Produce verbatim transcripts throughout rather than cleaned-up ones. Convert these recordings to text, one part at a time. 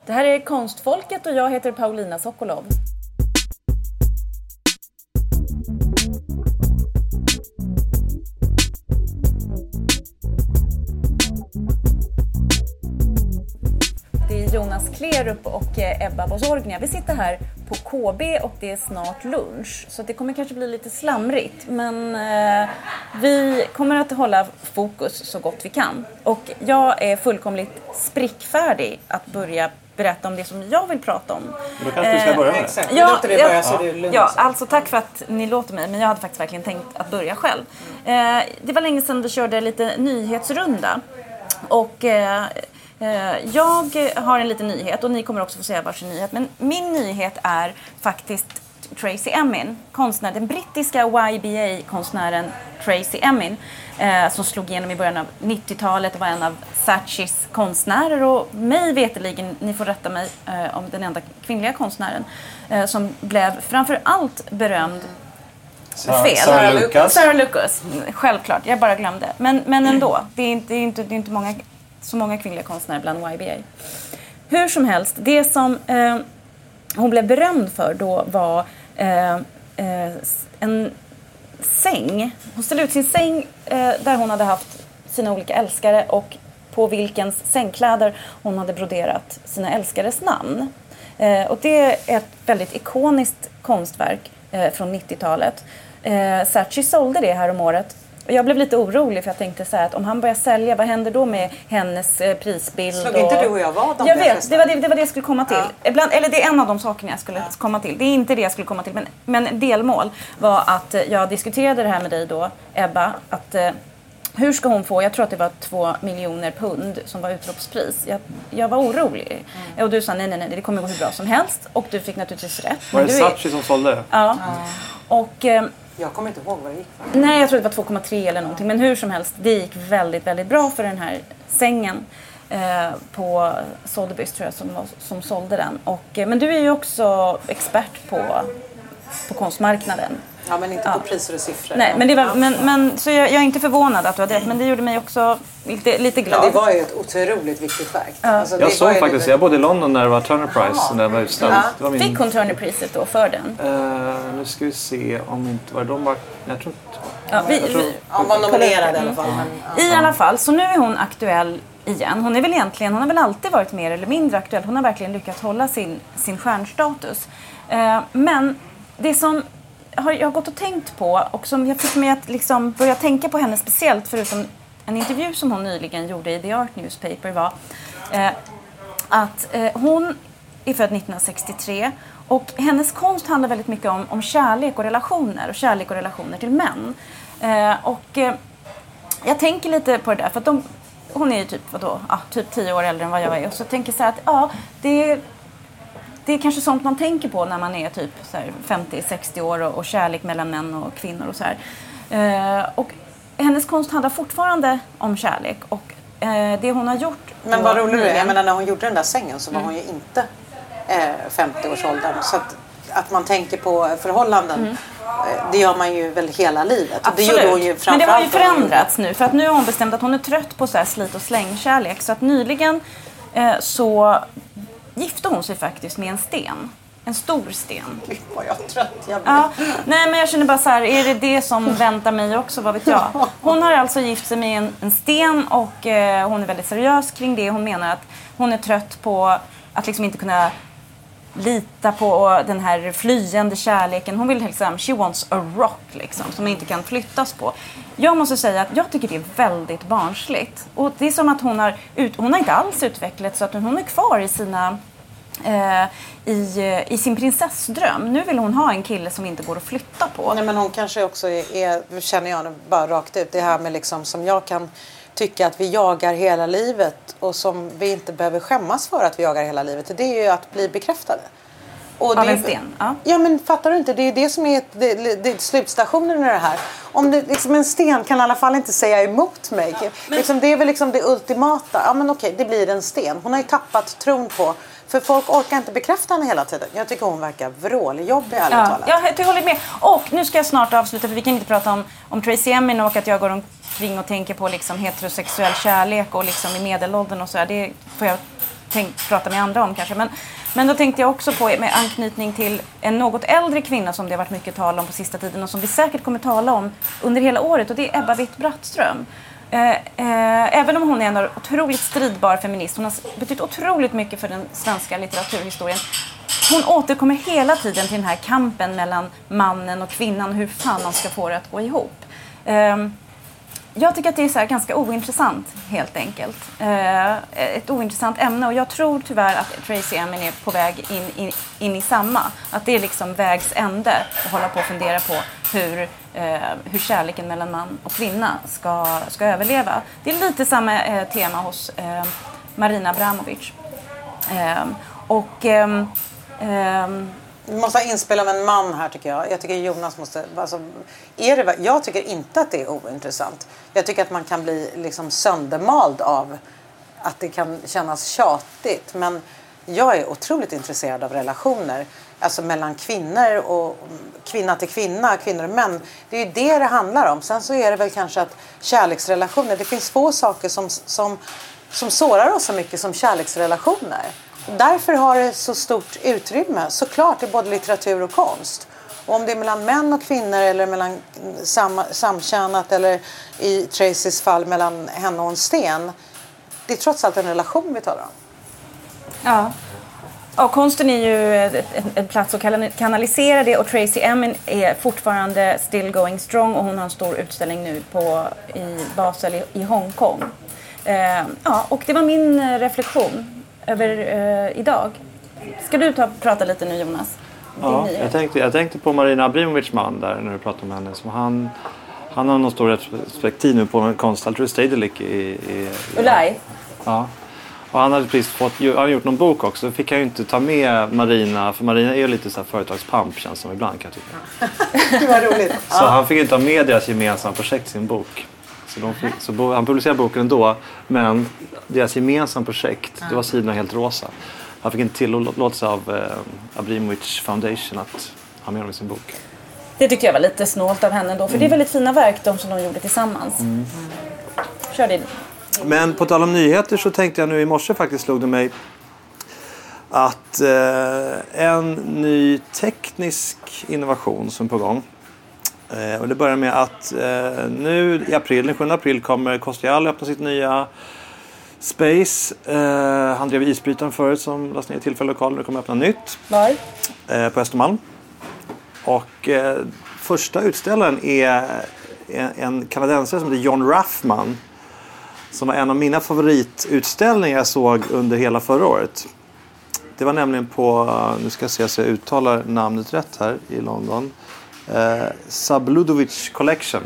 Det här är Konstfolket och jag heter Paulina Sokolov. Det är Jonas Klerup och Ebba Bosorgnia. Vi sitter här på K B och det är snart lunch. Så det kommer kanske bli lite slamrigt. Men eh, vi kommer att hålla fokus så gott vi kan. Och jag är fullkomligt sprickfärdig att börja berätta om det som jag vill prata om. Då kanske du ska börja med. Exakt, ja, låter det börja ja. Så det är lugnt. Ja, alltså tack för att ni låter mig. Men jag hade faktiskt verkligen tänkt att börja själv. Eh, det var länge sedan vi körde lite nyhetsrunda. Och... Eh, Jag har en liten nyhet och ni kommer också få säga varsin nyhet. Men min nyhet är faktiskt Tracey Emin, konstnär, den brittiska Y B A-konstnären Tracey Emin, eh, som slog igenom i början av nittiotalet och var en av Saatchis konstnärer. Och mig veteligen, ni får rätta mig eh, om den enda kvinnliga konstnären, eh, som blev framför allt berömd. Fel. Sarah Lucas. Sarah Lucas, självklart, jag bara glömde. Men, men ändå, det är inte, det är inte, det är inte många... så många kvinnliga konstnärer bland Y B A. Hur som helst, det som eh, hon blev berömd för då var eh, eh, en säng. Hon ställde ut sin säng eh, där hon hade haft sina olika älskare och på vilkens sängkläder hon hade broderat sina älskares namn. Eh, och det är ett väldigt ikoniskt konstverk eh, från nittiotalet. Eh, Saatchi sålde det här om året. Jag blev lite orolig för jag tänkte så här att om han börjar sälja, vad händer då med hennes eh, prisbild? Slog och... inte du och jag vad de Jag vet, det var det, det var det jag skulle komma till. Ja. Ibland, eller det är en av de sakerna jag skulle ja. komma till. Det är inte det jag skulle komma till, men, men delmål var att eh, jag diskuterade det här med dig då, Ebba, att eh, hur ska hon få, jag tror att det var två miljoner pund som var utropspris. Jag, jag var orolig. Mm. Och du sa nej, nej, nej, det kommer gå hur bra som helst. Och du fick naturligtvis rätt. Var det Saatchi är... som sålde det? Ja. Mm. Och... Eh, Jag kommer inte ihåg vad det gick för. Nej, jag tror det var två komma tre eller någonting. Men hur som helst, det gick väldigt, väldigt bra för den här sängen eh, på Sotheby's, tror jag, som, var, som sålde den. Och, eh, men du är ju också expert på, på konstmarknaden. Ja, men inte ja. på priser och siffror. Nej, men, det var, men, men så jag, jag är inte förvånad att du hade rätt, men det gjorde mig också lite, lite glad. Men det var ju ett otroligt viktigt verk. Ja. Alltså, jag såg faktiskt, lite... jag bodde i London när det var Turner Prize, när det var utställd. Ja. Det var min... Fick hon Turner-priset då för den? Uh, nu ska vi se om inte var de var... Jag tror inte... Ja, vi, jag tror... vi, hon var nominerad i alla fall. Men, ja. I alla fall, så nu är hon aktuell igen. Hon är väl egentligen, hon har väl alltid varit mer eller mindre aktuell. Hon har verkligen lyckats hålla sin, sin stjärnstatus. Uh, men det som har jag har gått och tänkt på och som jag fick mig att liksom börja tänka på henne speciellt, förutom en intervju som hon nyligen gjorde i The Art Newspaper, var eh, att eh, hon är född nittonhundrasextiotre och hennes konst handlar väldigt mycket om, om kärlek och relationer och kärlek och relationer till män. Eh, och eh, jag tänker lite på det där, för att de, hon är ju typ, vadå, ah, typ tio år äldre än vad jag är, och så tänker jag så här att ja, det är Det är kanske sånt man tänker på när man är typ så här femtio sextio år och, och kärlek mellan män och kvinnor och så här. Eh, och hennes konst handlar fortfarande om kärlek och eh, det hon har gjort... Men vad roligt det är, jag menar, när hon gjorde den där sängen så var mm. hon ju inte eh, femtio-årsåldern. Så att, att man tänker på förhållanden, mm. eh, det gör man ju väl hela livet. Absolut. Det gjorde hon ju men det har ju förändrats nu, för att nu har hon bestämt att hon är trött på så här slit- och slängkärlek. Så att nyligen eh, så... gifte hon sig faktiskt med en sten. En stor sten. Gud vad jag är trött jag blir. Ja, nej, men jag känner bara så här, är det det som väntar mig också, vad vet jag. Hon har alltså gift sig med en, en sten och eh, hon är väldigt seriös kring det. Hon menar att hon är trött på att liksom inte kunna lita på den här flyende kärleken. Hon vill liksom, she wants a rock liksom, som inte kan flyttas på. Jag måste säga att jag tycker det är väldigt barnsligt. Och det är som att hon har, ut, hon har inte alls utvecklats så att hon är kvar i sina eh, i, i sin prinsessdröm. Nu vill hon ha en kille som inte går att flytta på. Nej, men hon kanske också är, är känner jag bara rakt ut, det här med liksom som jag kan tycka att vi jagar hela livet och som vi inte behöver skämmas för att vi jagar hela livet. Det är ju att bli bekräftade. Och Av det, en sten? Ja. ja, men fattar du inte? Det är det som är det, det, slutstationen i det här. Om det, liksom en sten kan i alla fall inte säga emot mig. Ja, men... liksom, det är väl liksom det ultimata. Ja, men okej, det blir en sten. Hon har ju tappat tron på... För folk orkar inte bekräfta henne hela tiden. Jag tycker hon verkar vråljobbig, ärligt ja, talat. Ja, jag håller med. Och nu ska jag snart avsluta, för vi kan inte prata om, om Tracey Emin och att jag går omkring och tänker på liksom heterosexuell kärlek och liksom i medelåldern och så här. Det får jag tänkt prata med andra om kanske. Men, men då tänkte jag också på med anknytning till en något äldre kvinna som det har varit mycket tal om på sista tiden och som vi säkert kommer tala om under hela året, och det är Ebba Witt-Brattström. Eh, eh, även om hon är en otroligt stridbar feminist, hon har betytt otroligt mycket för den svenska litteraturhistorien. Hon återkommer hela tiden till den här kampen mellan mannen och kvinnan, hur fan man ska få det att gå ihop. Eh, jag tycker att det är så här ganska ointressant helt enkelt. Eh, ett ointressant ämne, och jag tror tyvärr att Tracey Emin är på väg in, in, in i samma. Att det är liksom vägs ände att hålla på och fundera på hur, eh, hur kärleken mellan man och kvinna ska, ska överleva. Det är lite samma eh, tema hos eh, Marina Abramovic. Eh, och... Eh, eh, Vi måste ha inspel av en man här tycker jag. Jag tycker Jonas måste... Alltså, är det, jag tycker inte att det är ointressant. Jag tycker att man kan bli liksom söndermald av att det kan kännas tjatigt. Men jag är otroligt intresserad av relationer. Alltså mellan kvinnor och kvinna till kvinna, kvinnor och män. Det är ju det det handlar om. Sen så är det väl kanske att kärleksrelationer... Det finns få saker som, som, som sårar oss så mycket som kärleksrelationer. Därför har det så stort utrymme, såklart, i både litteratur och konst. Och om det är mellan män och kvinnor eller mellan sam, samkönat eller i Tracys fall mellan henne och en sten. Det är trots allt en relation vi talar om. Ja. Och konsten är ju en plats att kanalisera det, och Tracey Emin är fortfarande still going strong, och hon har en stor utställning nu på, i Basel i, i Hongkong. Eh, ja, och det var min reflektion över eh, idag. Ska du ta prata lite nu, Jonas? Ja, jag tänkte, jag tänkte på Marina Abramovic man där när du pratade om henne. Som han, han har någon stor retrospektiv nu på en konsthall, tror jag, Stedelijk i... i Ulaj. Ja. Och han hade precis fått, han hade gjort någon bok också. Då fick han ju inte ta med Marina, för Marina är ju lite så här företagspamp, känns som ibland, kan jag tycka. Det var roligt. Så han fick inte ta med deras gemensamma projekt i sin bok. Så, de fick, så bo, han publicerade boken ändå, men deras gemensamma projekt, det var sidorna helt rosa. Han fick inte tillåtelse av eh, Abramovic Foundation att ha med dem i sin bok. Det tycker jag var lite snålt av henne då, för mm. det är väldigt fina verk de som de gjorde tillsammans. Mm. Kör det. Men på tal om nyheter så tänkte jag nu i morse, faktiskt slog det mig att eh, en ny teknisk innovation som är på gång. Eh, och det börjar med att eh, nu i april, den sjunde april, kommer Kostial öppna sitt nya Space. Eh, han drev isbrytaren förut som lades ner i tillfälliga lokaler. Nu kommer öppna nytt. Var? Eh, på Östermalm. Och eh, första utställaren är en, en kanadensare som heter John Raffman. Som var en av mina favoritutställningar jag såg under hela förra året. Det var nämligen på, nu ska jag se så jag uttalar namnet rätt här i London. Eh, Zabludovic Collection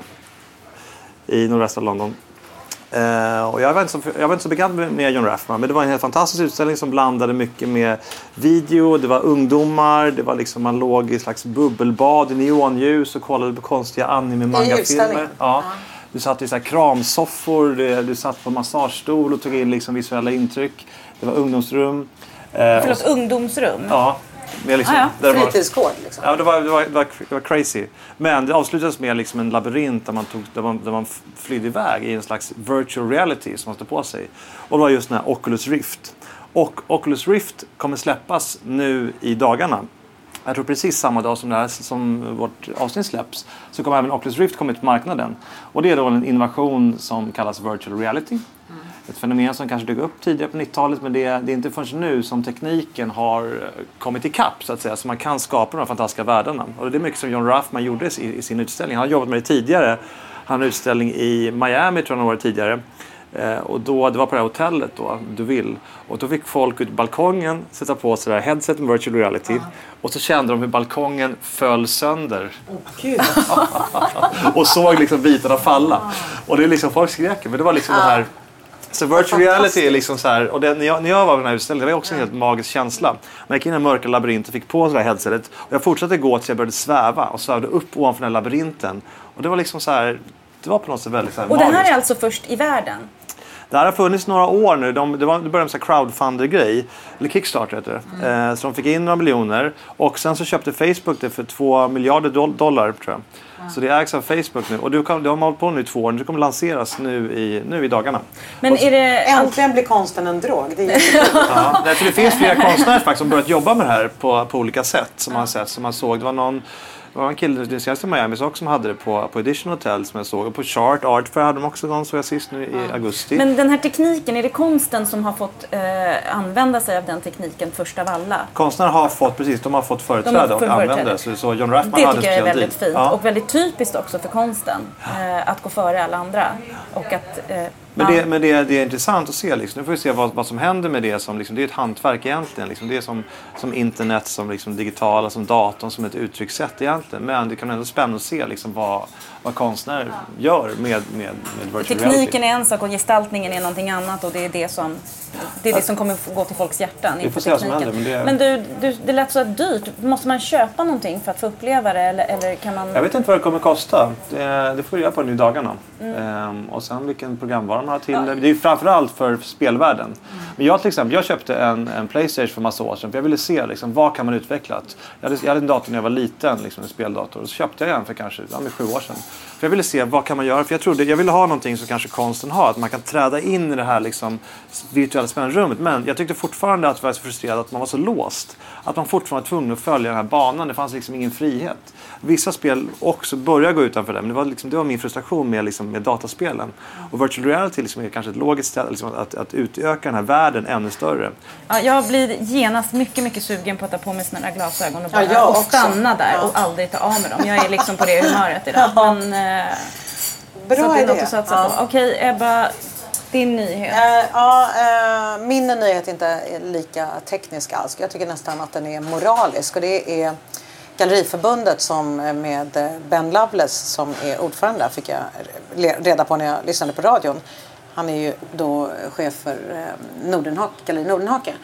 i nordvästra London. Eh, och jag var, inte så, jag var inte så bekant med, med John Raffman, men det var en helt fantastisk utställning som blandade mycket med video, det var ungdomar, det var liksom, man låg i slags bubbelbad i neonljus och kollade på konstiga anime-manga-filmer. Ja. Du satt i så här kramsoffor, du, du satt på massagestol och tog in liksom visuella intryck. Det var ungdomsrum. Eh, Förlåt, och, ungdomsrum? Ja. Liksom, ah, ja. Fritidsgård liksom. Ja, det var, det, var, det, var, det var crazy. Men det avslutades med liksom en labyrint där man, tog, där, man, där man flydde iväg i en slags virtual reality som man stod på sig. Och det var just den här Oculus Rift. Och Oculus Rift kommer släppas nu i dagarna. Jag tror precis samma dag som, det här, som vårt avsnitt släpps så kommer även Oculus Rift komma ut på marknaden. Och det är då en innovation som kallas virtual reality. Mm. Ett fenomen som kanske dök upp tidigare på nittiotalet, men det är, det är inte förrän nu som tekniken har kommit ikapp så att säga. Så man kan skapa de här fantastiska världarna. Och det är mycket som John Raffman gjorde i, i sin utställning. Han har jobbat med det tidigare. Han har en utställning i Miami, tror jag några år tidigare. Eh, och då, det var på det här hotellet då, Deauville. Och då fick folk ut på balkongen sätta på sig det här headset med virtual reality. Uh-huh. Och så kände de hur balkongen föll sönder. Oh, och såg liksom bitarna falla. Uh-huh. Och det är liksom, folk skrek. Men det var liksom uh-huh. det här. Så virtual reality är liksom så här. Och det, när, jag, när jag var på den här utställningen, det var också en helt magisk känsla. Man gick in i en mörka labyrint och fick på sig det här headsetet. Och jag fortsatte gå tills jag började sväva. Och svävade upp ovanför den här labyrinten. Och det var liksom så här. Det var på något sätt väldigt så här och det här magiskt. är alltså först i världen? Det här har funnits några år nu. De, det, var, det började med en crowdfunder-grej. Eller Kickstarter heter det. Mm. Eh, så de fick in några miljoner. Och sen så köpte Facebook det för två miljarder dollar tror jag. Så det ägs av Facebook nu. Och du kan, de har hållit på nu i två år. Det kommer lanseras nu i, nu i dagarna. Men är det... Äntligen blir konsten en drog. Det är jättekul. Ja, det finns flera konstnärer faktiskt som börjat jobba med det här på, på olika sätt. Som man har sett, som man såg. Det var någon... Det var en kille den senaste Miami också som hade det på, på Edition Hotel som jag såg. Och på Chart Art för hade de också någon såg jag sist nu i ja. augusti. Men den här tekniken, är det konsten som har fått eh, använda sig av den tekniken först av alla? Konstnärer har fått, precis, de har fått företräde och använda. Så, så John Rathman det hade tycker jag är väldigt fint. Ja. Och väldigt typiskt också för konsten. Eh, att gå före alla andra. Och att... Eh, Men, det, men det, det är intressant att se. Liksom. Nu får vi se vad, vad som händer med det. Som, liksom, det är ett hantverk egentligen. Liksom. Det är som, som internet, som liksom, digitala, som datorn, som ett uttryckssätt egentligen. Men det kan ändå spännande att se liksom, vad, vad konstnärer gör med, med, med virtual Tekniken reality. är en sak och gestaltningen är någonting annat. Och det är det som, det är det som kommer gå till folks hjärtan. Vi får se vad som händer. Men, det... men du, du, det lät så dyrt. Måste man köpa någonting för att få uppleva det? Eller, eller kan man... Jag vet inte vad det kommer att kosta. Det, det får vi göra på nu i dagarna. Mm. Ehm, och sen vilken programvara man har till. Ja. Det är ju framförallt för spelvärlden. Mm. Men jag till exempel, jag köpte en, en PlayStation för massa år sedan. För jag ville se liksom, vad kan man utveckla. Jag hade, jag hade en dator när jag var liten, liksom, en speldator. Och så köpte jag en för kanske ja, med sju år sedan. För jag ville se vad kan man göra. För jag trodde, jag ville ha någonting som kanske konsten har. Att man kan träda in i det här liksom, virtuella spännande rummet. Men jag tyckte fortfarande att jag var så frustrerad att man var så låst. Att man fortfarande var tvungen att följa den här banan. Det fanns liksom ingen frihet. Vissa spel också började gå utanför det. Men det var, liksom, det var min frustration med, liksom, med dataspelen. Och virtual reality liksom, är kanske ett logiskt ställe liksom, att, att utöka den här världen ännu större. Ja, jag blir genast mycket, mycket sugen på att ta på mig såna där glasögon och, bara, ja, och stanna där ja. och aldrig ta av med dem. Jag är liksom på det humöret idag. Men, eh, Bra så det är idé. något att satsa Ja. på. Okej, Ebba, din nyhet. Uh, ja, uh, min nyhet är inte lika teknisk alls. Jag tycker nästan att den är moralisk. Och det är Galleriförbundet som med Ben Loveless som är ordförande, fick jag reda på när jag lyssnade på radion. Han är ju då chef för Nordenhake, Galleri Nordenhake.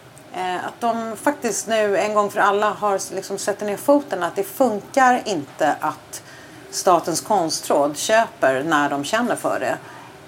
Att de faktiskt nu en gång för alla har liksom sätter ner foten att det funkar inte att Statens konstråd köper när de känner för det.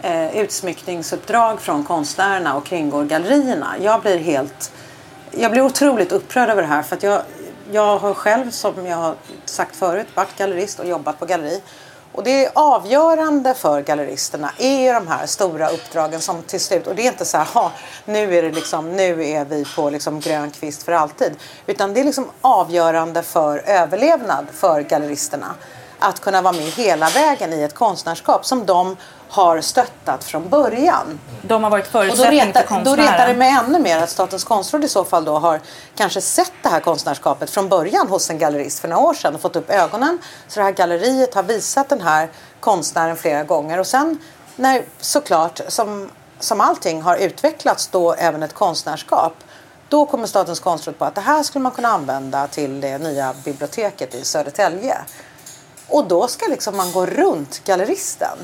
Utsmyckningsuppdrag från konstnärerna och kringgår gallerierna. Jag blir helt, jag blir otroligt upprörd över det här för att jag Jag har själv, som jag har sagt förut, varit gallerist och jobbat på galleri. Och det är avgörande för galleristerna är ju de här stora uppdragen som till slut, och det är inte så här, ha, nu är det liksom, nu är vi på liksom grön kvist för alltid. Utan det är liksom avgörande för överlevnad för galleristerna. Att kunna vara med hela vägen i ett konstnärskap som de har stöttat från början. De har varit förutsättning och då retar, för konstnären. Då retar det mig ännu mer att Statens konstråd i så fall då har kanske sett det här konstnärskapet från början hos en gallerist för några år sedan och fått upp ögonen. Så det här galleriet har visat den här konstnären flera gånger. Och sen när såklart som, som allting har utvecklats då även ett konstnärskap. Då kommer Statens konstråd på att det här skulle man kunna använda till det nya biblioteket i Södertälje. Och då ska liksom man gå runt galleristen.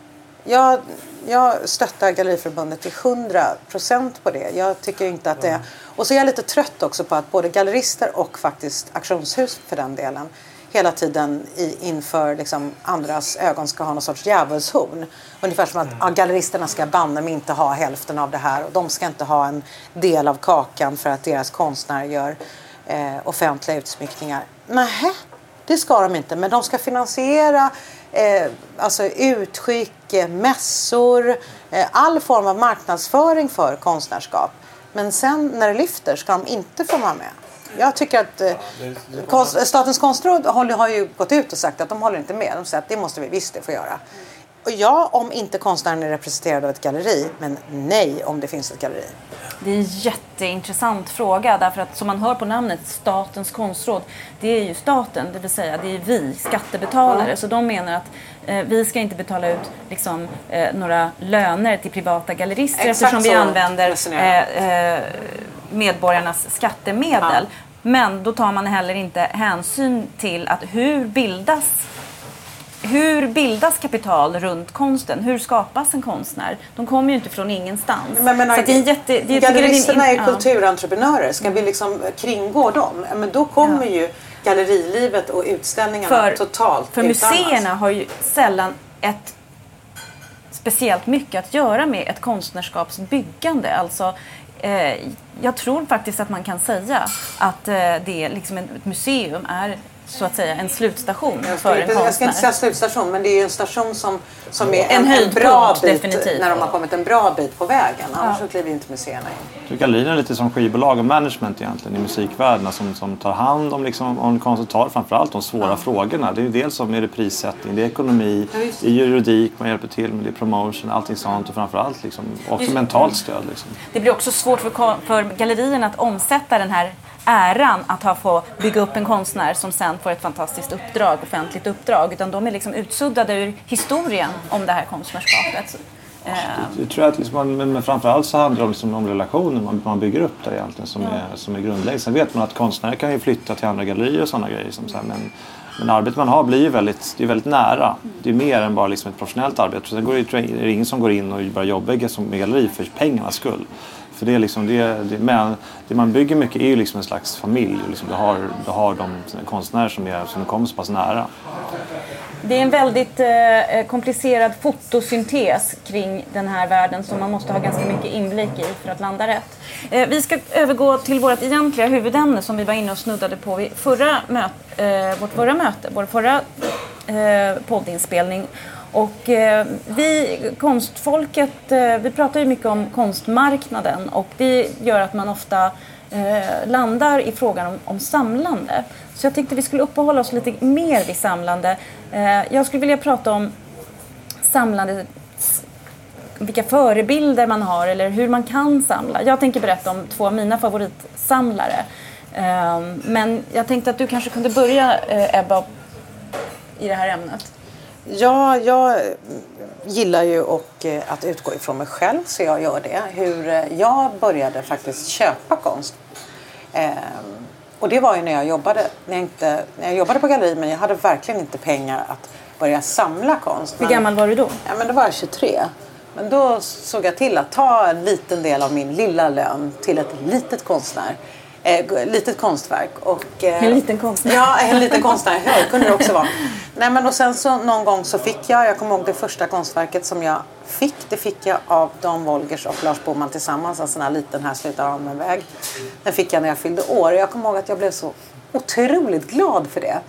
Jag, jag stöttar Galleriförbundet till hundra procent på det. Jag tycker inte att det... Och så är jag lite trött också på att både gallerister och faktiskt auktionshus för den delen hela tiden i, inför liksom andras ögon ska ha någon sorts djävulshorn. Ungefär som att ja, galleristerna ska banne mig inte ha hälften av det här och de ska inte ha en del av kakan för att deras konstnärer gör eh, offentliga utsmyckningar. Nähä, det ska de inte, men de ska finansiera eh, alltså utskick, eh, mässor, eh, all form av marknadsföring för konstnärskap. Men sen när det lyfter ska de inte få vara med. Jag tycker att eh, konst, Statens konstråd håller, har ju gått ut och sagt att de håller inte med. De säger att det måste vi visst det få göra. Och ja, om inte konstnären är representerad av ett galleri, men nej om det finns ett galleri. Det är en jätteintressant fråga därför att som man hör på namnet Statens konstråd, det är ju staten, det vill säga det är vi skattebetalare. Mm. Så de menar att eh, vi ska inte betala ut liksom, eh, några löner till privata gallerister. Exakt, eftersom vi använder eh, eh, medborgarnas skattemedel. Ja. Men då tar man heller inte hänsyn till att hur bildas Hur bildas kapital runt konsten? Hur skapas en konstnär? De kommer ju inte från ingenstans. Men, men, så det är jätte, det galleristerna är in, kulturentreprenörer. Ska vi liksom kringgå dem? Men då kommer ja. ju gallerilivet och utställningarna för, totalt För utarmas. Museerna har ju sällan ett speciellt mycket att göra med ett konstnärskapsbyggande. Alltså, eh, jag tror faktiskt att man kan säga att eh, det är liksom ett museum är så att säga en slutstation jag för en konstnär. Jag ska inte säga slutstation, men det är ju en station som, som är en, en, en bra bit definitivt. När de har kommit en bra bit på vägen. Annars ja. så kliver inte museerna in. Gallerierna är lite som skivbolag och management egentligen i musikvärlden som, som tar hand om, liksom, om konst, tar framförallt de svåra ja. frågorna. Det är ju dels som är det prissättning, det är ekonomi, ja, det är juridik, man hjälper till med det, promotion, allting sånt och framförallt liksom, också just, mentalt stöd. Liksom. Det blir också svårt för, för gallerierna att omsätta den här äran att ha få bygga upp en konstnär som sen får ett fantastiskt uppdrag, offentligt uppdrag, utan de är liksom utsuddade ur historien om det här konstnärskapet. Jag, jag tror att liksom, men framförallt så handlar det liksom om relationer man, man bygger upp där egentligen som, ja. är, som är grundläggande. Sen vet man att konstnärer kan ju flytta till andra gallerier och sådana grejer. Som så här, men, men arbetet man har blir ju väldigt, det är väldigt nära. Det är mer än bara liksom ett professionellt arbete. Sen går det, tror jag, det är ingen som går in och bara jobbar som med galleri för pengarnas skull. För det är liksom det, det, men det man bygger mycket är ju liksom en slags familj. Liksom du har, du har de konstnärer som, är, som kommer så pass nära. Det är en väldigt eh, komplicerad fotosyntes kring den här världen som man måste ha ganska mycket inblick i för att landa rätt. Eh, vi ska övergå till vårt egentliga huvudämne som vi var inne och snuddade på vid förra möt, eh, vårt förra möte, vår förra eh, poddinspelning. Och eh, vi, konstfolket, eh, vi pratar ju mycket om konstmarknaden och det gör att man ofta eh, landar i frågan om, om samlande. Så jag tänkte vi skulle uppehålla oss lite mer vid samlande. Eh, jag skulle vilja prata om samlande, vilka förebilder man har eller hur man kan samla. Jag tänker berätta om två av mina favoritsamlare. Eh, men jag tänkte att du kanske kunde börja, eh, Ebba, i det här ämnet. Ja, jag gillar ju och, eh, att utgå ifrån mig själv, så jag gör det. Hur eh, jag började faktiskt köpa konst. Eh, och det var ju när jag jobbade, när jag, inte, när jag jobbade på galleri, men jag hade verkligen inte pengar att börja samla konst. Hur gammal var du då? Ja, men då var jag tjugotre. Men då såg jag till att ta en liten del av min lilla lön till ett litet konstnär. Eh, litet konstverk. Och, eh, en liten konstnär. Ja, en liten konstnär. Ja, det kunde det också vara. Nej, men och sen så någon gång så fick jag, jag kommer ihåg det första konstverket som jag fick. Det fick jag av Dan Wolgers och Lars Boman tillsammans. En sån här liten här slutar av med väg. Den fick jag när jag fyllde år. Och jag kommer ihåg att jag blev så otroligt glad för det.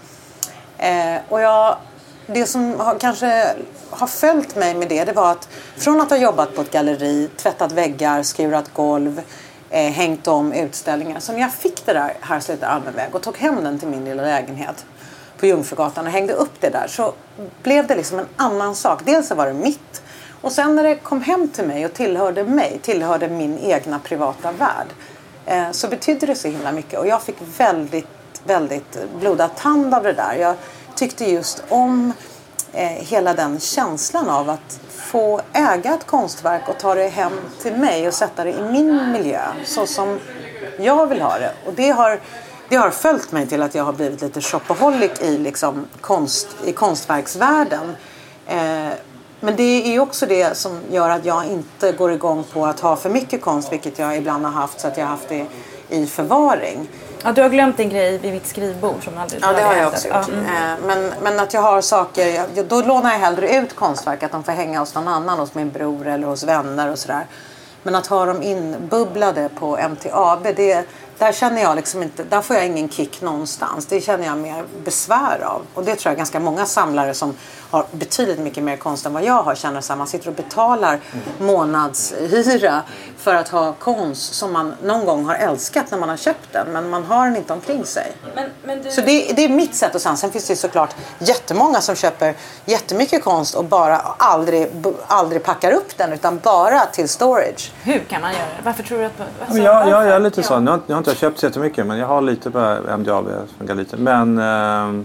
Eh, och jag, det som har, kanske har följt mig med det, det var att från att ha jobbat på ett galleri, tvättat väggar, skurat golv, Eh, hängt om utställningar, som jag fick det där här slutar allmänväg och tog hem den till min lilla lägenhet på Jungfrugatan och hängde upp det där, så blev det liksom en annan sak. Dels så var det mitt, och sen när det kom hem till mig och tillhörde mig, tillhörde min egna privata värld, eh, så betydde det så himla mycket och jag fick väldigt, väldigt blodad tand av det där. Jag tyckte just om eh, hela den känslan av att få äga ett konstverk och ta det hem till mig och sätta det i min miljö så som jag vill ha det. Och det har, det har följt mig till att jag har blivit lite shopaholic i, liksom konst, i konstverksvärlden. Eh, men det är ju också det som gör att jag inte går igång på att ha för mycket konst, vilket jag ibland har haft, så att jag har haft det i förvaring. Ja, du har glömt en grej vid mitt skrivbord som aldrig... Ja, det har jag också gjort. Ja. Mm. Men, men att jag har saker... Jag, då lånar jag hellre ut konstverk, att de får hänga hos någon annan, hos min bror eller hos vänner och sådär. Men att ha dem inbubblade på M T A B, det, där känner jag liksom inte... Där får jag ingen kick någonstans. Det känner jag mer besvär av. Och det tror jag ganska många samlare som har betydligt mycket mer konst än vad jag har känner så här. Man sitter och betalar mm. månadshyra för att ha konst som man någon gång har älskat när man har köpt den, men man har den inte omkring sig. Men, men du... Så det, det är mitt sätt att sen. Sen finns det såklart jättemånga som köper jättemycket konst och bara aldrig, aldrig packar upp den, utan bara till storage. Hur kan man göra det? Varför tror du att... Alltså, jag, jag, jag är lite så. Nu har, nu har inte jag köpt så jättemycket, men jag har lite på M D A B som lite. Men eh,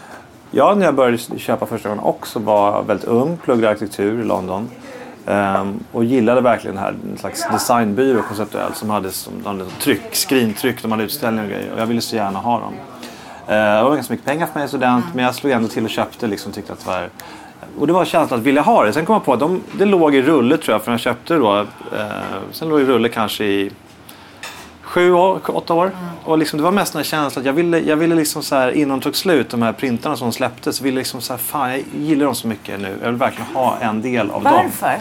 ja, när jag började köpa första gången också var väldigt ung, pluggade arkitektur i London. Um, och gillade verkligen den här en slags designbyrå konceptuellt som hade, som, de hade tryck, skrintryck, de hade utställningar och grejer. Och jag ville så gärna ha dem. Uh, det var ganska mycket pengar för mig student, mm. men jag slog ändå till och köpte liksom, tyckte att det var... Och det var känslan att vilja ha det. Sen kom jag på att de, det låg i rulle tror jag, för jag köpte då. Uh, sen låg i rulle kanske i sju år, åtta år. och liksom, det var mest en känsla att jag ville, jag ville liksom så här, innan de tog slut, de här printarna som släpptes, ville liksom så här, fan jag gillar dem så mycket nu. Jag vill verkligen ha en del av Varför? dem. Varför?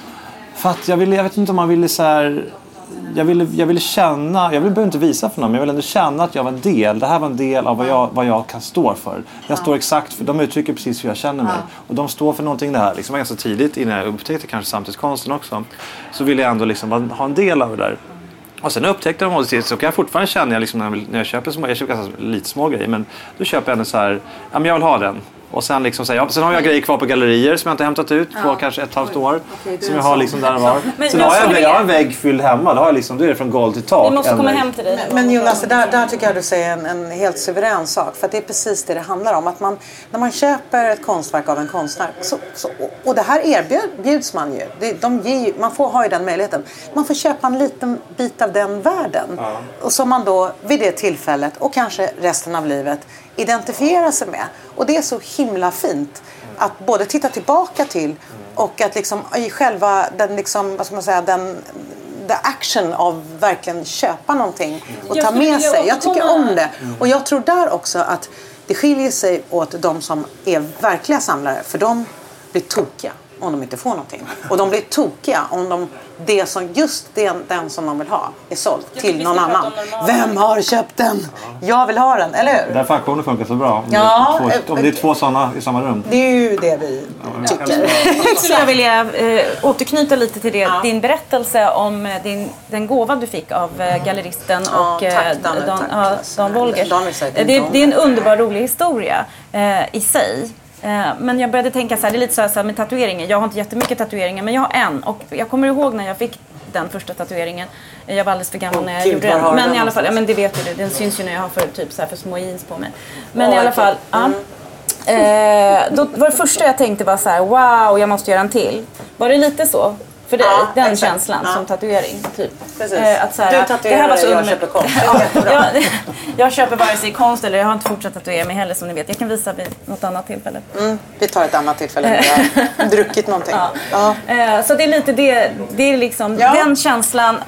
För att jag ville, jag vet inte om man ville så här, jag ville, jag ville känna, jag ville behöva inte visa för någon, men jag ville ändå känna att jag var en del. Det här var en del av vad jag, vad jag kan stå för. Jag står exakt för, de uttrycker precis hur jag känner mig. Och de står för någonting det här. Liksom ganska tidigt innan jag upptäckte kanske samtidskonsten också. Så ville jag ändå liksom ha en del av det där. Och sen upptäckte jag det så kan jag fortfarande känna jag liksom, när, jag, när jag köper små, jag köper ganska lite små grejer, men då köper jag ändå så här, ja men jag vill ha den. Och sen, liksom, så här, ja, sen har jag grejer kvar på gallerier som jag inte hämtat ut på ja. kanske ett halvt år. Okay, som jag har liksom där och var. Men sen jag har jag, jag har en vägg fylld hemma. Då har jag liksom, då är det från golv till tak. Vi måste komma hem till dig. Men, men Jonas, där, där tycker jag du säger en, en helt suverän sak. För att det är precis det det handlar om. Att man, när man köper ett konstverk av en konstnär. Så, så, och det här erbjuds man ju. Det, de ger, man får ha ju den möjligheten. Man får köpa en liten bit av den världen. Ja. Och som man då vid det tillfället och kanske resten av livet identifiera sig med. Och det är så himla fint att både titta tillbaka till och att liksom i själva den liksom, vad ska man säga, den the action av verkligen köpa någonting och ta med sig. Jag tycker om det. Och jag tror där också att det skiljer sig åt de som är verkliga samlare, för de blir tokiga om de inte får någonting. Och de blir tokiga om de, det som, just den, den som de vill ha är såld till någon annan. Vem har köpt den? Jag vill ha den, eller hur? Därför auktioner funkar så bra. Om, ja, det är två, om det är två sådana i samma rum. Det är ju det vi ja, tycker. Jag skulle vilja eh, återknyta lite till det. Ja. Din berättelse om din, den gåva du fick av eh, galleristen ja, och tack, eh, Dan, Dan, tack. ja, Dan Wolgers. Dan det, det är en underbar rolig historia eh, i sig. Men jag började tänka så här, det är lite så här med tatueringen. Jag har inte jättemycket tatueringar, men jag har en. Och jag kommer ihåg när jag fick den första tatueringen. Jag var alldeles för gammal när jag Gud, gjorde den. Men den i alla fall, ja, men det vet du, den syns ju när jag har för, typ, så här, för små jeans på mig. Men oh, i alla fall, mm. ja. eh, då var det första jag tänkte var så här, wow, jag måste göra en till. Var det lite så? För dig, ja, den exakt. känslan ja. som tatuering, typ. Precis. Eh, att så här, du tatuerar dig, jag köper konst. ja, jag, jag köper vare sig konst eller jag har inte fortsatt tatuera mig heller, som ni vet. Jag kan visa vid något annat tillfälle. Mm, vi tar ett annat tillfälle när jag har druckit någonting. Ja. Ja. Eh, så det är lite det, det är liksom ja. den känslan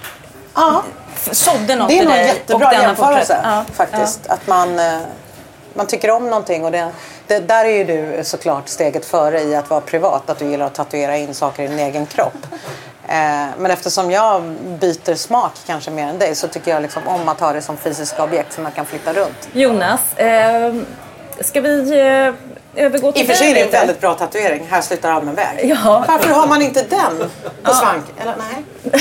ja. sådde något i dig. Det är nog jättebra jämförelse ja. faktiskt. Ja. Att man, man tycker om någonting och det, det, där är ju du såklart steget före i att vara privat. Att du gillar att tatuera in saker i din egen kropp. Men eftersom jag byter smak kanske mer än dig, så tycker jag liksom om att ha det som fysiska objekt som man kan flytta runt. Jonas, eh, ska vi eh, övergå till... I och för sig är det en väldigt bra tatuering. Här slutar armen väg. Ja. Varför har man inte den på ja. svank? Eller nej?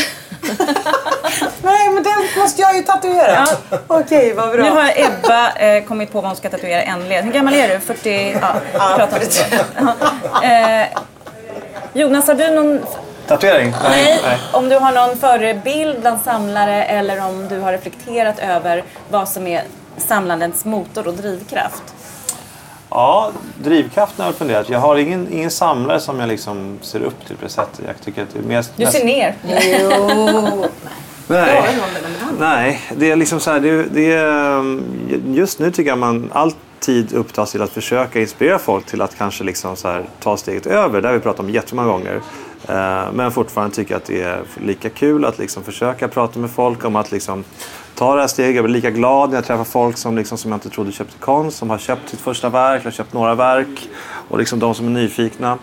Nej, men den måste jag ju tatuera. Ja. Okej, vad bra. Nu har Ebba eh, kommit på vad hon ska tatuera äntligen. Hur gammal är du? fyrtio? Ja, ja, ja. Eh, Jonas, har du någon... Tatuering? Nej, nej, nej. Om du har någon förebild bland samlare eller om du har reflekterat över vad som är samlandets motor och drivkraft? Ja, drivkraften har jag funderat. Jag har ingen, ingen samlare som jag liksom ser upp till på det sättet. Jag tycker att det är mest, du ser mest... ner? Jo. Nej, nej, det är liksom så här, det, det är, just nu tycker jag man alltid upptas till att försöka inspirera folk till att kanske liksom så här, ta steget över. Det har vi pratat om jättemånga gånger. Men fortfarande tycker jag att det är lika kul att liksom försöka prata med folk om att liksom ta det här steget. Jag blir lika glad när jag träffar folk som, liksom, som jag inte trodde köpte konst, som har köpt sitt första verk eller köpt några verk, och liksom de som är nyfikna.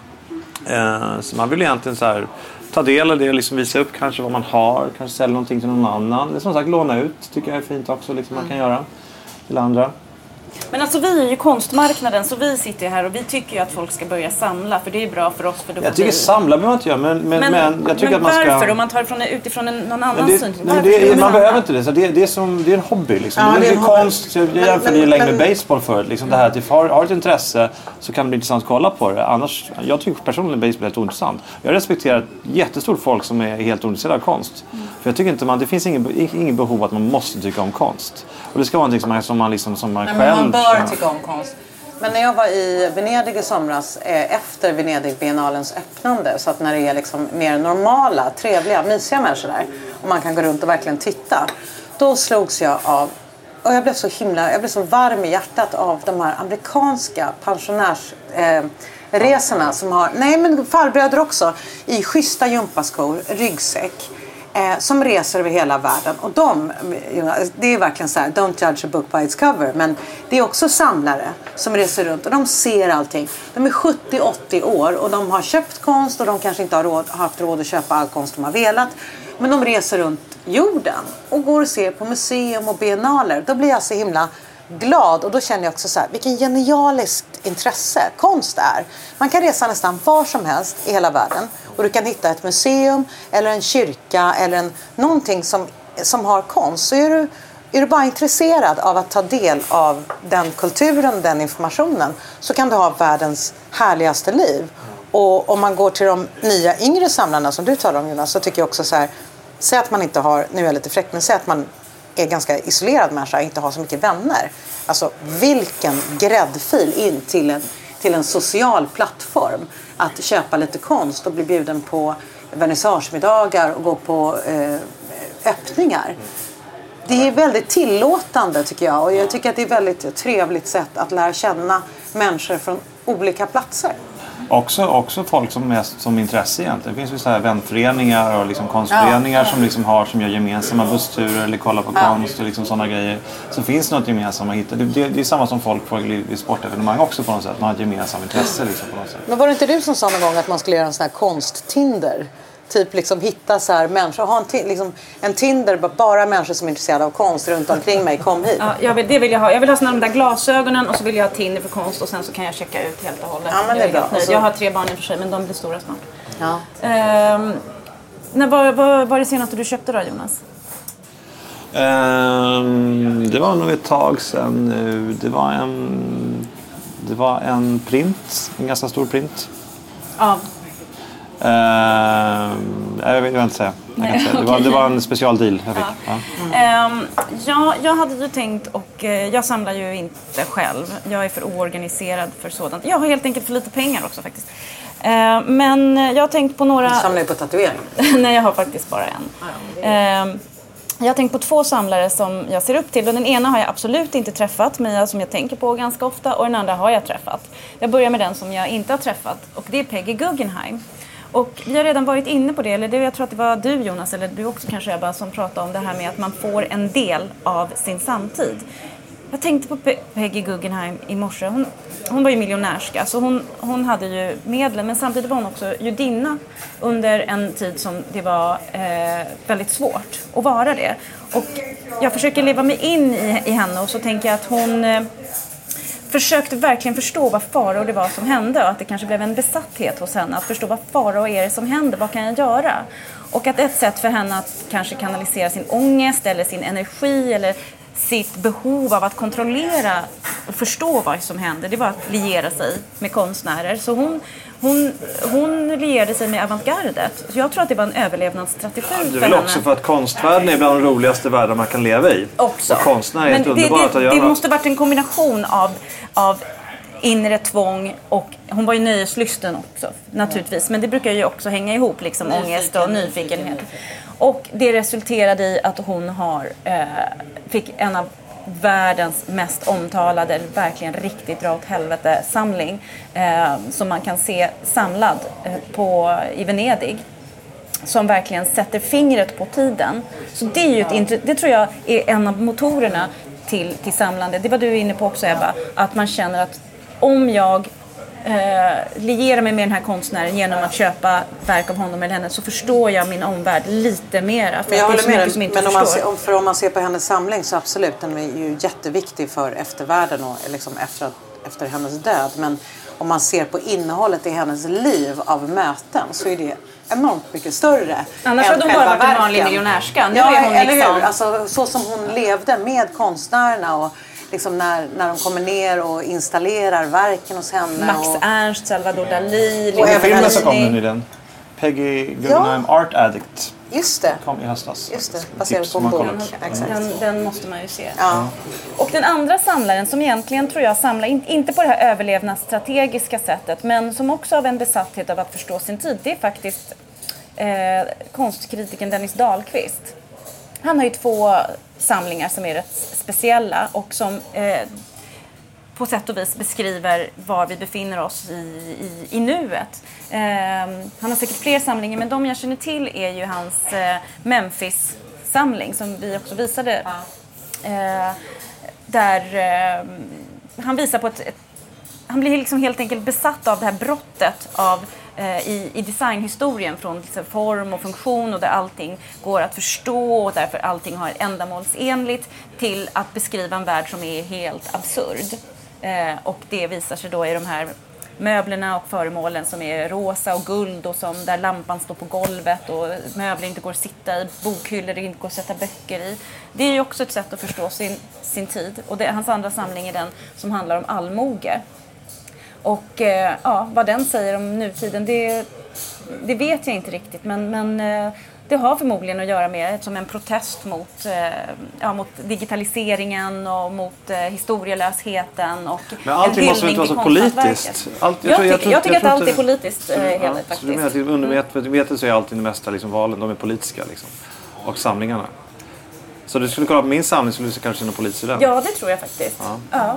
Så man vill egentligen så här, ta del av det och liksom visa upp kanske vad man har, kanske sälja någonting till någon annan. Det är som sagt låna ut, tycker jag är fint också, liksom man kan göra till andra. Men alltså vi är ju konstmarknaden, så vi sitter här och vi tycker ju att folk ska börja samla, för det är bra för oss. För jag tycker vi... samla behöver man inte göra, men, men, men, men jag tycker men att man ska... varför? Om man tar ifrån, utifrån en, någon annan det, synpunkt. Nej, det, man behöver inte det. Så det, det, är som, det är en hobby. Liksom. Ja, det är, det är konst. Jag jämförde ju länge med baseball förut. Liksom det här att har, har ett intresse så kan det bli intressant att kolla på det. Annars, jag tycker personligen baseball är helt ointressant. Jag respekterar jättestort folk som är helt ointresserade av konst. Mm. För jag tycker inte man, det finns ingen, ingen behov att man måste tycka om konst. Och det ska vara någonting som man, som man, liksom, som man nej, själv... Men man bör tycka om konst. Men när jag var i Venedig i somras, eh, efter Venedig-biennalens öppnande, så att när det är liksom mer normala, trevliga, mysiga människor där och man kan gå runt och verkligen titta, då slogs jag av, och jag blev så himla, jag blev så varm i hjärtat av de här amerikanska pensionärsresorna eh, som har, nej men farbröder också, i schyssta gympaskor, ryggsäck, Eh, som reser över hela världen. Och de, det är verkligen så här, don't judge a book by its cover. Men det är också samlare som reser runt och de ser allting. De är sjuttio åttio år och de har köpt konst och de kanske inte har råd, haft råd att köpa all konst de har velat. Men de reser runt jorden och går och ser på museum och biennaler. Då blir jag så himla glad och då känner jag också så här, vilken genialiskt intresse konst är. Man kan resa nästan var som helst i hela världen och du kan hitta ett museum eller en kyrka eller en, någonting som, som har konst. Så är du, är du bara intresserad av att ta del av den kulturen, den informationen, så kan du ha världens härligaste liv. Och om man går till de nya yngre samlarna som du talar om, Jonas, så tycker jag också så här, säg att man inte har, nu är jag lite fräck, men säg att man är ganska isolerad människa, inte har så mycket vänner. Alltså vilken gräddfil in till en, till en social plattform. Att köpa lite konst och bli bjuden på vernissagemiddagar och gå på eh, öppningar. Det är väldigt tillåtande tycker jag. Och jag tycker att det är ett väldigt trevligt sätt att lära känna människor från olika platser. Också, också folk som mest som intresse egentligen. Det finns ju så här vänföreningar och liksom konstföreningar ja. som liksom har som gör gemensamma bussturer eller kollar på ja. konst och liksom sådana grejer. Så finns det något gemensamt att hitta. Det, det, det är samma som folk får i sportevenemang också på något sätt. Man har ett gemensamt intresse liksom på något sätt. Men var det inte du som sa någon gång att man skulle göra en sån här konst-Tinder? Typ liksom hitta så här människor, ha en, t- liksom, en Tinder, bara människor som är intresserade av konst runt omkring mig, kom hit. Ja, jag vill, det vill jag ha. Jag vill ha såna de där glasögonen och så vill jag ha Tinder för konst och sen så kan jag checka ut helt och hållet. Ja, men det är bra. Jag, jag har tre barn i och för sig, men de blir stora snart. Ja. Ehm, när var, var, var det senaste du köpte då, Jonas? Um, det var nog ett tag sedan nu. Det var en, det var en print, en ganska stor print. Ja. Uh, jag vill inte säga. Jag kan Nej, säga. Det, okay. var, det var en specialdeal jag fick. Ja. Ja. Mm. Um, ja, jag hade ju tänkt och uh, jag samlar ju inte själv. Jag är för oorganiserad för sådant. Jag har helt enkelt för lite pengar också faktiskt. Uh, men jag har tänkt på några... Du samlar ju på tatuering. Nej, jag har faktiskt bara en. Uh, jag har tänkt på två samlare som jag ser upp till. Och den ena har jag absolut inte träffat, men som jag tänker på ganska ofta. Och den andra har jag träffat. Jag börjar med den som jag inte har träffat. Och det är Peggy Guggenheim. Och vi har redan varit inne på det, eller det, jag tror att det var du Jonas, eller du också kanske Ebba, som pratade om det här med att man får en del av sin samtid. Jag tänkte på Pe- Peggy Guggenheim i morse. Hon, hon var ju miljonärska, så hon, hon hade ju medlen, men samtidigt var hon också judinna under en tid som det var eh, väldigt svårt att vara det. Och jag försöker leva mig in i, i henne och så tänker jag att hon... Eh, försökte verkligen förstå vad farao det var som hände och att det kanske blev en besatthet hos henne att förstå vad farao är det som händer, vad kan jag göra? Och att ett sätt för henne att kanske kanalisera sin ångest eller sin energi eller sitt behov av att kontrollera och förstå vad som händer, det var att liera sig med konstnärer. Så hon, hon, hon lierade sig med avantgardet. Så jag tror att det var en överlevnadsstrategi ja, för henne. Det är väl också för att konstvärlden är bland de roligaste världar man kan leva i. Också. Och konstnär är men ett underbart det, att göra. Det måste varit en kombination av, av inre tvång och hon var ju nöjeslysten också naturligtvis, men det brukar ju också hänga ihop liksom Nyfiken, ångest och nyfikenhet. Och det resulterade i att hon har eh, fick en av världens mest omtalade, verkligen riktigt dra åt helvete samling eh, som man kan se samlad eh, på, i Venedig, som verkligen sätter fingret på tiden. Så det är ju ett, det tror jag är en av motorerna till, till samlande. Det var du inne på också Ebba, att man känner att om jag eh, lierar mig med den här konstnären genom att köpa verk av honom eller henne, så förstår jag min omvärld lite mera. För jag håller med dig, men om man, ser, för om man ser på hennes samling så absolut, den är ju jätteviktig för eftervärlden och liksom efter, efter hennes död. Men om man ser på innehållet i hennes liv av möten så är det enormt mycket större. Annars hade hon bara varit en vanlig miljonärska. Nu ja, är hon eller liksom... hur? Alltså, så som hon levde med konstnärerna och liksom när, när de kommer ner och installerar verken hos henne. Max och... Ernst, Salvador Dalí. Och även filmen som kom nu nyligen. Peggy Guggenheim, ja. Art Addict. Just det. Kom i höstas. Just det, baserat på en bok. Den, den måste man ju se. Ja. Och den andra samlaren som egentligen tror jag samlar, inte på det här överlevnadsstrategiska sättet, men som också har en besatthet av att förstå sin tid, det är faktiskt eh, konstkritiken Dennis Dahlqvist. Han har ju två samlingar som är rätt speciella och som eh, på sätt och vis beskriver var vi befinner oss i, i, i nuet. Eh, han har säkert fler samlingar, men de jag känner till är ju hans eh, Memphis-samling som vi också visade. Eh, där eh, han visar på ett, ett han blir liksom helt enkelt besatt av det här brottet av, eh, i, i designhistorien från liksom, form och funktion och där allting går att förstå och därför allting har ändamålsenligt till att beskriva en värld som är helt absurd. Eh, och det visar sig då i de här möblerna och föremålen som är rosa och guld och som där lampan står på golvet och möbler inte går att sitta i, bokhyllor det inte går att sätta böcker i. Det är ju också ett sätt att förstå sin, sin tid. Och det, hans andra samling är den som handlar om allmoge. Och eh, ja, vad den säger om nutiden, det, det vet jag inte riktigt. Men, men eh, det har förmodligen att göra med som en protest mot, eh, ja, mot digitaliseringen och mot eh, historielösheten. Och men allting måste inte vara så politiskt. Allt, jag, jag, tror, tycker, jag, tror, jag tycker jag att allt inte, är politiskt. Eh, ja, hela, faktiskt. Så du menar att undermedvetet så är alltid det mesta liksom, valen, de är politiska liksom, och samlingarna. Så du skulle kolla på min samling så du kanske se någon politisk i den? Ja, det tror jag faktiskt. Ja. Ja.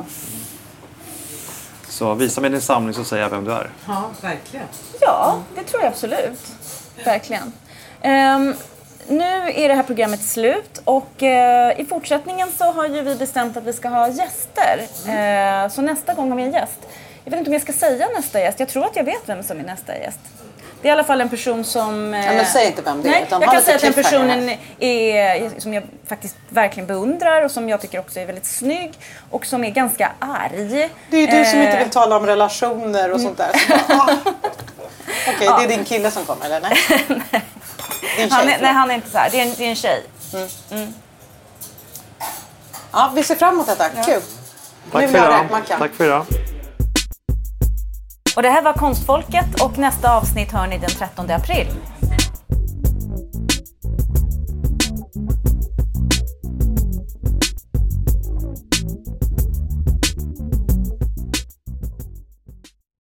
Så visa mig din samling så säger jag vem du är. Ja, verkligen. Ja, det tror jag absolut. Verkligen. Um, nu är det här programmet slut och uh, i fortsättningen så har ju vi bestämt att vi ska ha gäster. Uh, så nästa gång har vi en gäst. Jag vet inte om jag ska säga nästa gäst. Jag tror att jag vet vem som är nästa gäst. Det är i alla fall en person som... Ja, men säg inte vem det är. Nej, utan jag ha kan säga att den lite personen är, som jag faktiskt verkligen beundrar och som jag tycker också är väldigt snygg och som är ganska arg. Det är ju du som Eh, inte vill tala om relationer och sånt där. Så bara, ah. Okej, okay, det är din kille som kommer, eller? Nej, din tjej, han är, nej, han är inte så här. Det är en, det är en tjej. Mm. Mm. Ja, vi ser fram emot detta. Ja. Kul. Tack för idag. Tack för idag. Och det här var Konstfolket och nästa avsnitt hör ni den trettonde april.